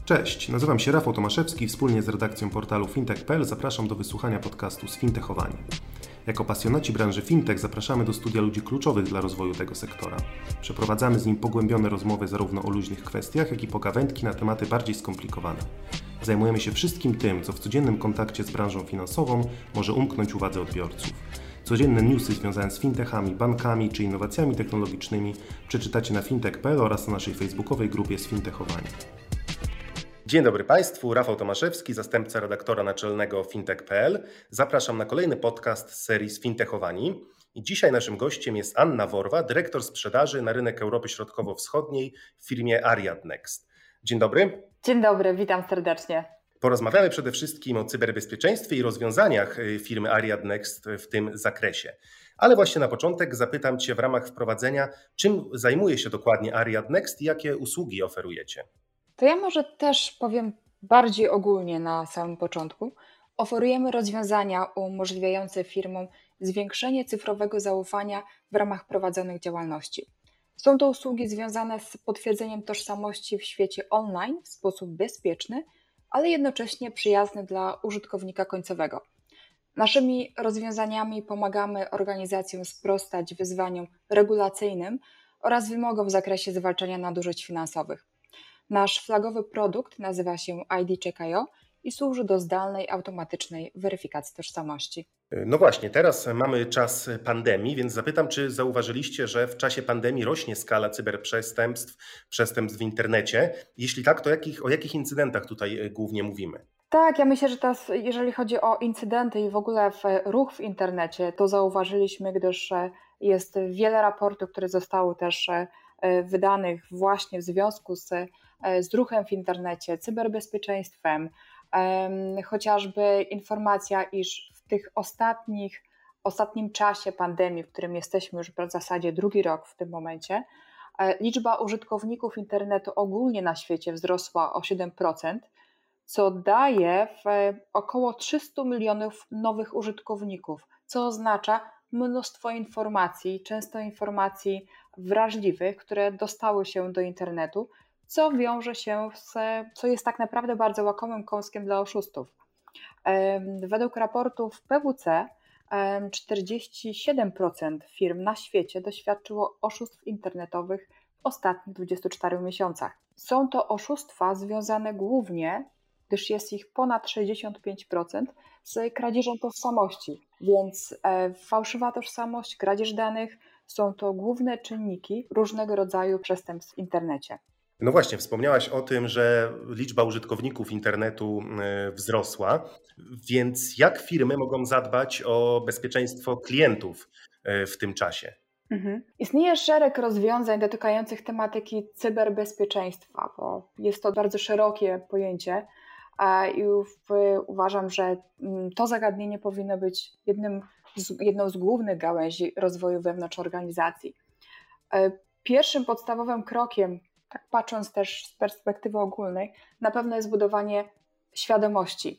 Cześć, nazywam się Rafał Tomaszewski i wspólnie z redakcją portalu fintech.pl zapraszam do wysłuchania podcastu Sfintechowani. Jako pasjonaci branży fintech zapraszamy do studia ludzi kluczowych dla rozwoju tego sektora. Przeprowadzamy z nim pogłębione rozmowy zarówno o luźnych kwestiach, jak i pogawędki na tematy bardziej skomplikowane. Zajmujemy się wszystkim tym, co w codziennym kontakcie z branżą finansową może umknąć uwadze odbiorców. Codzienne newsy związane z fintechami, bankami czy innowacjami technologicznymi przeczytacie na fintech.pl oraz na naszej facebookowej grupie Sfintechowani. Dzień dobry Państwu, Rafał Tomaszewski, zastępca redaktora naczelnego fintech.pl. Zapraszam na kolejny podcast z serii Sfintechowani. I dzisiaj naszym gościem jest Anna Worwa, dyrektor sprzedaży na rynek Europy Środkowo-Wschodniej w firmie Ariadnext. Dzień dobry. Dzień dobry, witam serdecznie. Porozmawiamy przede wszystkim o cyberbezpieczeństwie i rozwiązaniach firmy Ariadnext w tym zakresie. Ale właśnie na początek zapytam Cię w ramach wprowadzenia, czym zajmuje się dokładnie Ariadnext i jakie usługi oferujecie? To ja może też powiem bardziej ogólnie na samym początku. Oferujemy rozwiązania umożliwiające firmom zwiększenie cyfrowego zaufania w ramach prowadzonych działalności. Są to usługi związane z potwierdzeniem tożsamości w świecie online w sposób bezpieczny, ale jednocześnie przyjazny dla użytkownika końcowego. Naszymi rozwiązaniami pomagamy organizacjom sprostać wyzwaniom regulacyjnym oraz wymogom w zakresie zwalczania nadużyć finansowych. Nasz flagowy produkt nazywa się ID-Check.io i służy do zdalnej, automatycznej weryfikacji tożsamości. No właśnie, teraz mamy czas pandemii, więc zapytam, czy zauważyliście, że w czasie pandemii rośnie skala cyberprzestępstw, przestępstw w internecie? Jeśli tak, to o jakich incydentach tutaj głównie mówimy? Tak, ja myślę, że teraz, jeżeli chodzi o incydenty i w ogóle ruch w internecie, to zauważyliśmy, gdyż jest wiele raportów, które zostały też wydanych właśnie w związku z ruchem w internecie, cyberbezpieczeństwem, chociażby informacja, iż w tych ostatnim czasie pandemii, w którym jesteśmy już w zasadzie drugi rok w tym momencie, liczba użytkowników internetu ogólnie na świecie wzrosła o 7%, co daje około 300 milionów nowych użytkowników, co oznacza mnóstwo informacji, często informacji wrażliwych, które dostały się do internetu, co wiąże się co jest tak naprawdę bardzo łakomym kąskiem dla oszustów. Według raportów PwC 47% firm na świecie doświadczyło oszustw internetowych w ostatnich 24 miesiącach. Są to oszustwa związane głównie, gdyż jest ich ponad 65%, z kradzieżą tożsamości, więc fałszywa tożsamość, kradzież danych są to główne czynniki różnego rodzaju przestępstw w internecie. No właśnie, wspomniałaś o tym, że liczba użytkowników internetu wzrosła, więc jak firmy mogą zadbać o bezpieczeństwo klientów w tym czasie? Istnieje szereg rozwiązań dotykających tematyki cyberbezpieczeństwa, bo jest to bardzo szerokie pojęcie i uważam, że to zagadnienie powinno być jedną z głównych gałęzi rozwoju wewnątrz organizacji. Pierwszym podstawowym krokiem, tak patrząc też z perspektywy ogólnej, na pewno jest budowanie świadomości,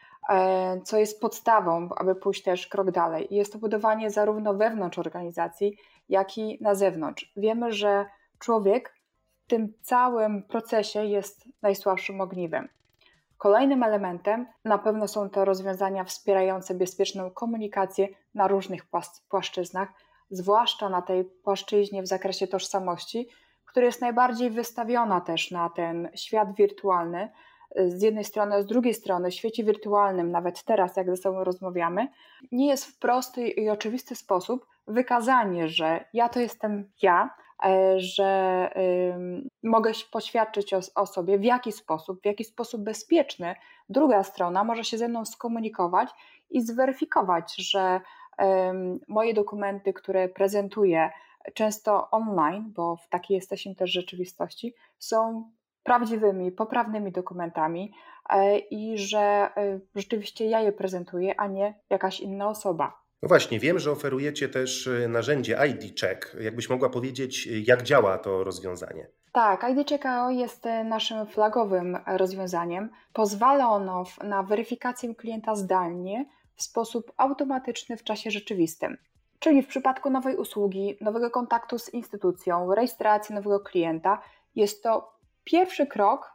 co jest podstawą, aby pójść też krok dalej. Jest to budowanie zarówno wewnątrz organizacji, jak i na zewnątrz. Wiemy, że człowiek w tym całym procesie jest najsłabszym ogniwem. Kolejnym elementem na pewno są to rozwiązania wspierające bezpieczną komunikację na różnych płaszczyznach, zwłaszcza na tej płaszczyźnie w zakresie tożsamości, która jest najbardziej wystawiona też na ten świat wirtualny. Z jednej strony, a z drugiej strony w świecie wirtualnym, nawet teraz jak ze sobą rozmawiamy, nie jest w prosty i oczywisty sposób wykazanie, że ja to jestem ja, że mogę poświadczyć o sobie, w jaki sposób bezpieczny druga strona może się ze mną skomunikować i zweryfikować, że moje dokumenty, które prezentuję często online, bo w takiej jesteśmy też rzeczywistości, są prawdziwymi, poprawnymi dokumentami i że rzeczywiście ja je prezentuję, a nie jakaś inna osoba. No właśnie, wiem, że oferujecie też narzędzie ID-Check. Jakbyś mogła powiedzieć, jak działa to rozwiązanie? Tak, ID-Check.io jest naszym flagowym rozwiązaniem. Pozwala ono na weryfikację klienta zdalnie w sposób automatyczny w czasie rzeczywistym. Czyli w przypadku nowej usługi, nowego kontaktu z instytucją, rejestracji nowego klienta, jest to pierwszy krok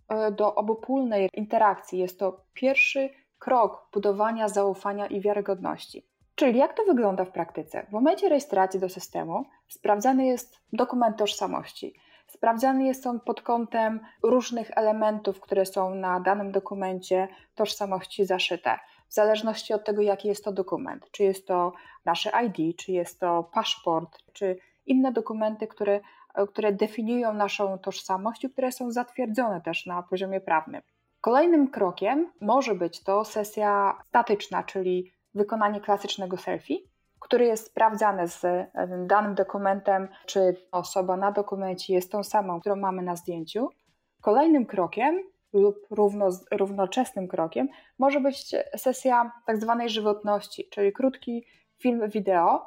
do obopólnej interakcji. Jest to pierwszy krok budowania zaufania i wiarygodności. Czyli jak to wygląda w praktyce? W momencie rejestracji do systemu sprawdzany jest dokument tożsamości. Sprawdzany jest on pod kątem różnych elementów, które są na danym dokumencie tożsamości zaszyte. W zależności od tego, jaki jest to dokument. Czy jest to nasze ID, czy jest to paszport, czy inne dokumenty, które definiują naszą tożsamość i które są zatwierdzone też na poziomie prawnym. Kolejnym krokiem może być to sesja statyczna, czyli wykonanie klasycznego selfie, który jest sprawdzany z danym dokumentem, czy osoba na dokumencie jest tą samą, którą mamy na zdjęciu. Kolejnym krokiem lub równoczesnym krokiem może być sesja tak zwanej żywotności, czyli krótki film wideo,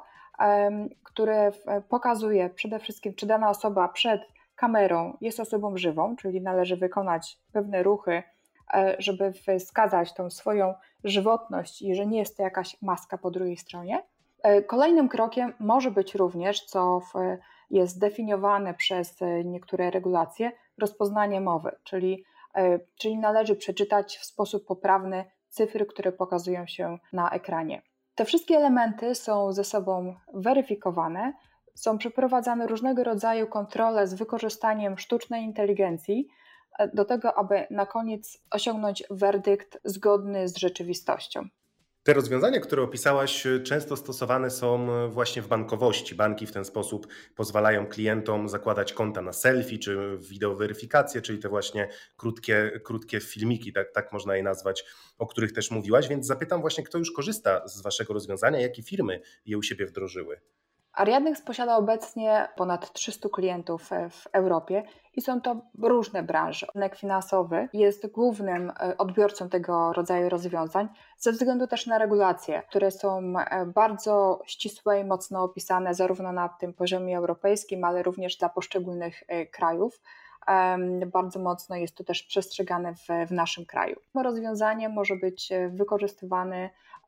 który pokazuje przede wszystkim, czy dana osoba przed kamerą jest osobą żywą, czyli należy wykonać pewne ruchy, żeby wskazać tą swoją żywotność i że nie jest to jakaś maska po drugiej stronie. Kolejnym krokiem może być również, co jest zdefiniowane przez niektóre regulacje, rozpoznanie mowy, czyli należy przeczytać w sposób poprawny cyfry, które pokazują się na ekranie. Te wszystkie elementy są ze sobą weryfikowane, są przeprowadzane różnego rodzaju kontrole z wykorzystaniem sztucznej inteligencji do tego, aby na koniec osiągnąć werdykt zgodny z rzeczywistością. Te rozwiązania, które opisałaś, często stosowane są właśnie w bankowości. Banki w ten sposób pozwalają klientom zakładać konta na selfie czy wideoweryfikację, czyli te właśnie krótkie filmiki, tak można je nazwać, o których też mówiłaś. Więc zapytam właśnie, kto już korzysta z waszego rozwiązania, jakie firmy je u siebie wdrożyły? Ariadnex posiada obecnie ponad 300 klientów w Europie i są to różne branże. Rynek finansowy jest głównym odbiorcą tego rodzaju rozwiązań ze względu też na regulacje, które są bardzo ścisłe i mocno opisane zarówno na tym poziomie europejskim, ale również dla poszczególnych krajów. Bardzo mocno jest to też przestrzegane w naszym kraju. Rozwiązanie może być wykorzystywane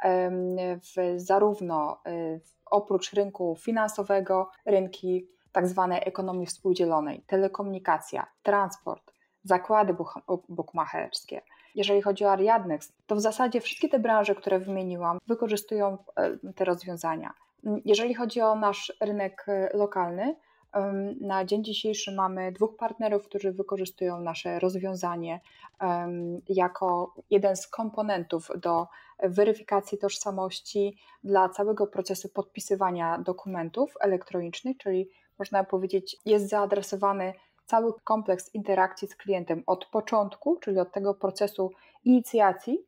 zarówno oprócz rynku finansowego, rynki tak zwanej ekonomii współdzielonej, telekomunikacja, transport, zakłady bukmacherskie. Jeżeli chodzi o Ariadnex, to w zasadzie wszystkie te branże, które wymieniłam, wykorzystują te rozwiązania. Jeżeli chodzi o nasz rynek lokalny, na dzień dzisiejszy mamy 2 partnerów, którzy wykorzystują nasze rozwiązanie jako jeden z komponentów do weryfikacji tożsamości dla całego procesu podpisywania dokumentów elektronicznych, czyli można powiedzieć, jest zaadresowany cały kompleks interakcji z klientem od początku, czyli od tego procesu inicjacji,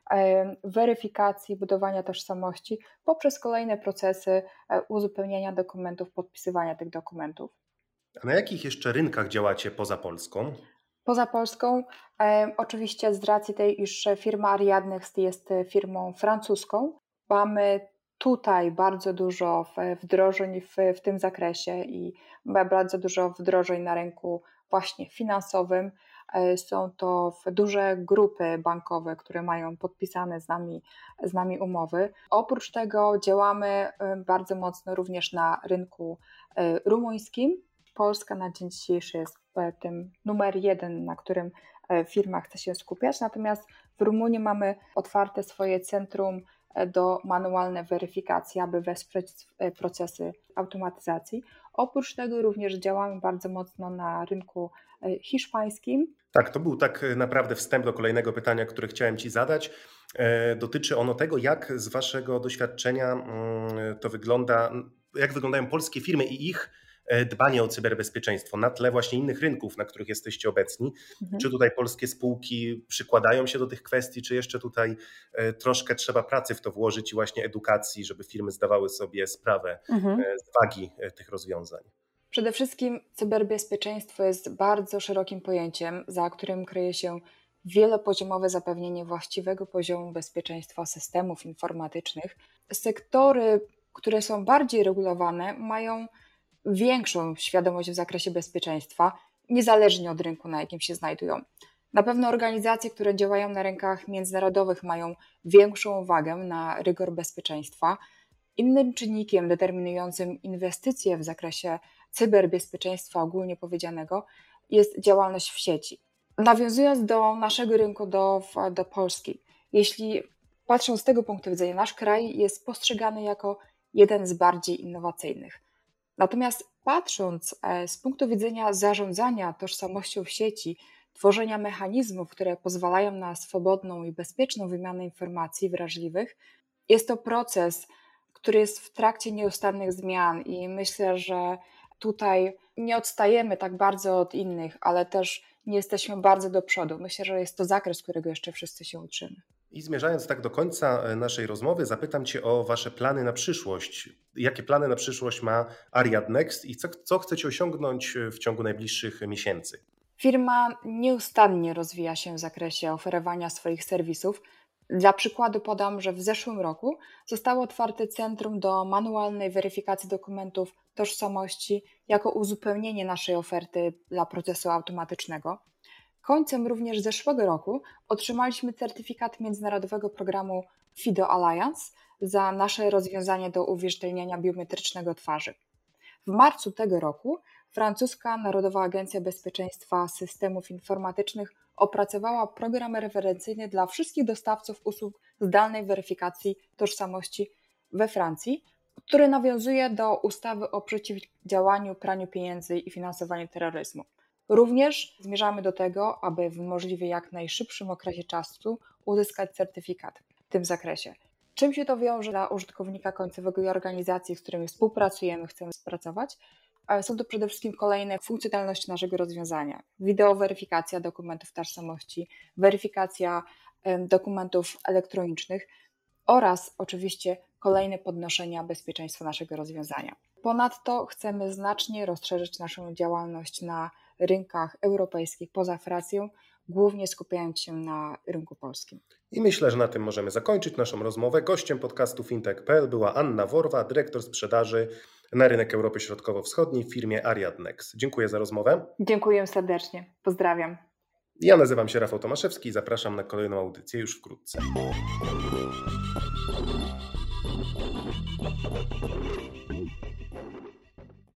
weryfikacji, budowania tożsamości, poprzez kolejne procesy uzupełniania dokumentów, podpisywania tych dokumentów. A na jakich jeszcze rynkach działacie poza Polską? Poza Polską, oczywiście z racji tej, iż firma Ariadnex jest firmą francuską, mamy tutaj bardzo dużo wdrożeń w tym zakresie i bardzo dużo wdrożeń na rynku właśnie finansowym. Są to duże grupy bankowe, które mają podpisane z nami umowy. Oprócz tego działamy bardzo mocno również na rynku rumuńskim. Polska na dzień dzisiejszy jest tym numer 1, na którym firma chce się skupiać, natomiast w Rumunii mamy otwarte swoje centrum do manualnej weryfikacji, aby wesprzeć procesy automatyzacji. Oprócz tego również działamy bardzo mocno na rynku hiszpańskim. Tak, to był tak naprawdę wstęp do kolejnego pytania, które chciałem Ci zadać. Dotyczy ono tego, jak z Waszego doświadczenia to wygląda, jak wyglądają polskie firmy i ich dbanie o cyberbezpieczeństwo na tle właśnie innych rynków, na których jesteście obecni. Czy tutaj polskie spółki przykładają się do tych kwestii, czy jeszcze tutaj troszkę trzeba pracy w to włożyć i właśnie edukacji, żeby firmy zdawały sobie sprawę z wagi tych rozwiązań? Przede wszystkim cyberbezpieczeństwo jest bardzo szerokim pojęciem, za którym kryje się wielopoziomowe zapewnienie właściwego poziomu bezpieczeństwa systemów informatycznych. Sektory, które są bardziej regulowane, mają większą świadomość w zakresie bezpieczeństwa, niezależnie od rynku, na jakim się znajdują. Na pewno organizacje, które działają na rynkach międzynarodowych, mają większą uwagę na rygor bezpieczeństwa. Innym czynnikiem determinującym inwestycje w zakresie cyberbezpieczeństwa ogólnie powiedzianego jest działalność w sieci. Nawiązując do naszego rynku, do Polski, jeśli patrząc z tego punktu widzenia, nasz kraj jest postrzegany jako jeden z bardziej innowacyjnych. Natomiast patrząc z punktu widzenia zarządzania tożsamością w sieci, tworzenia mechanizmów, które pozwalają na swobodną i bezpieczną wymianę informacji wrażliwych, jest to proces, który jest w trakcie nieustannych zmian i myślę, że tutaj nie odstajemy tak bardzo od innych, ale też nie jesteśmy bardzo do przodu. Myślę, że jest to zakres, którego jeszcze wszyscy się uczymy. I zmierzając tak do końca naszej rozmowy, zapytam Cię o Wasze plany na przyszłość. Jakie plany na przyszłość ma Ariad Next i co chcecie osiągnąć w ciągu najbliższych miesięcy? Firma nieustannie rozwija się w zakresie oferowania swoich serwisów. Dla przykładu podam, że w zeszłym roku zostało otwarte centrum do manualnej weryfikacji dokumentów tożsamości jako uzupełnienie naszej oferty dla procesu automatycznego. Końcem również zeszłego roku otrzymaliśmy certyfikat międzynarodowego programu FIDO Alliance za nasze rozwiązanie do uwierzytelniania biometrycznego twarzy. W marcu tego roku francuska Narodowa Agencja Bezpieczeństwa Systemów Informatycznych opracowała program referencyjny dla wszystkich dostawców usług zdalnej weryfikacji tożsamości we Francji, który nawiązuje do ustawy o przeciwdziałaniu praniu pieniędzy i finansowaniu terroryzmu. Również zmierzamy do tego, aby w możliwie jak najszybszym okresie czasu uzyskać certyfikat w tym zakresie. Czym się to wiąże dla użytkownika końcowego i organizacji, z którymi współpracujemy, chcemy pracować? Są to przede wszystkim kolejne funkcjonalności naszego rozwiązania. Wideoweryfikacja dokumentów tożsamości, weryfikacja dokumentów elektronicznych oraz oczywiście kolejne podnoszenia bezpieczeństwa naszego rozwiązania. Ponadto chcemy znacznie rozszerzyć naszą działalność na rynkach europejskich poza Francją, głównie skupiając się na rynku polskim. I myślę, że na tym możemy zakończyć naszą rozmowę. Gościem podcastu fintech.pl była Anna Worwa, dyrektor sprzedaży na rynek Europy Środkowo-Wschodniej w firmie Ariad Next. Dziękuję za rozmowę. Dziękuję serdecznie. Pozdrawiam. Ja nazywam się Rafał Tomaszewski i zapraszam na kolejną audycję już wkrótce.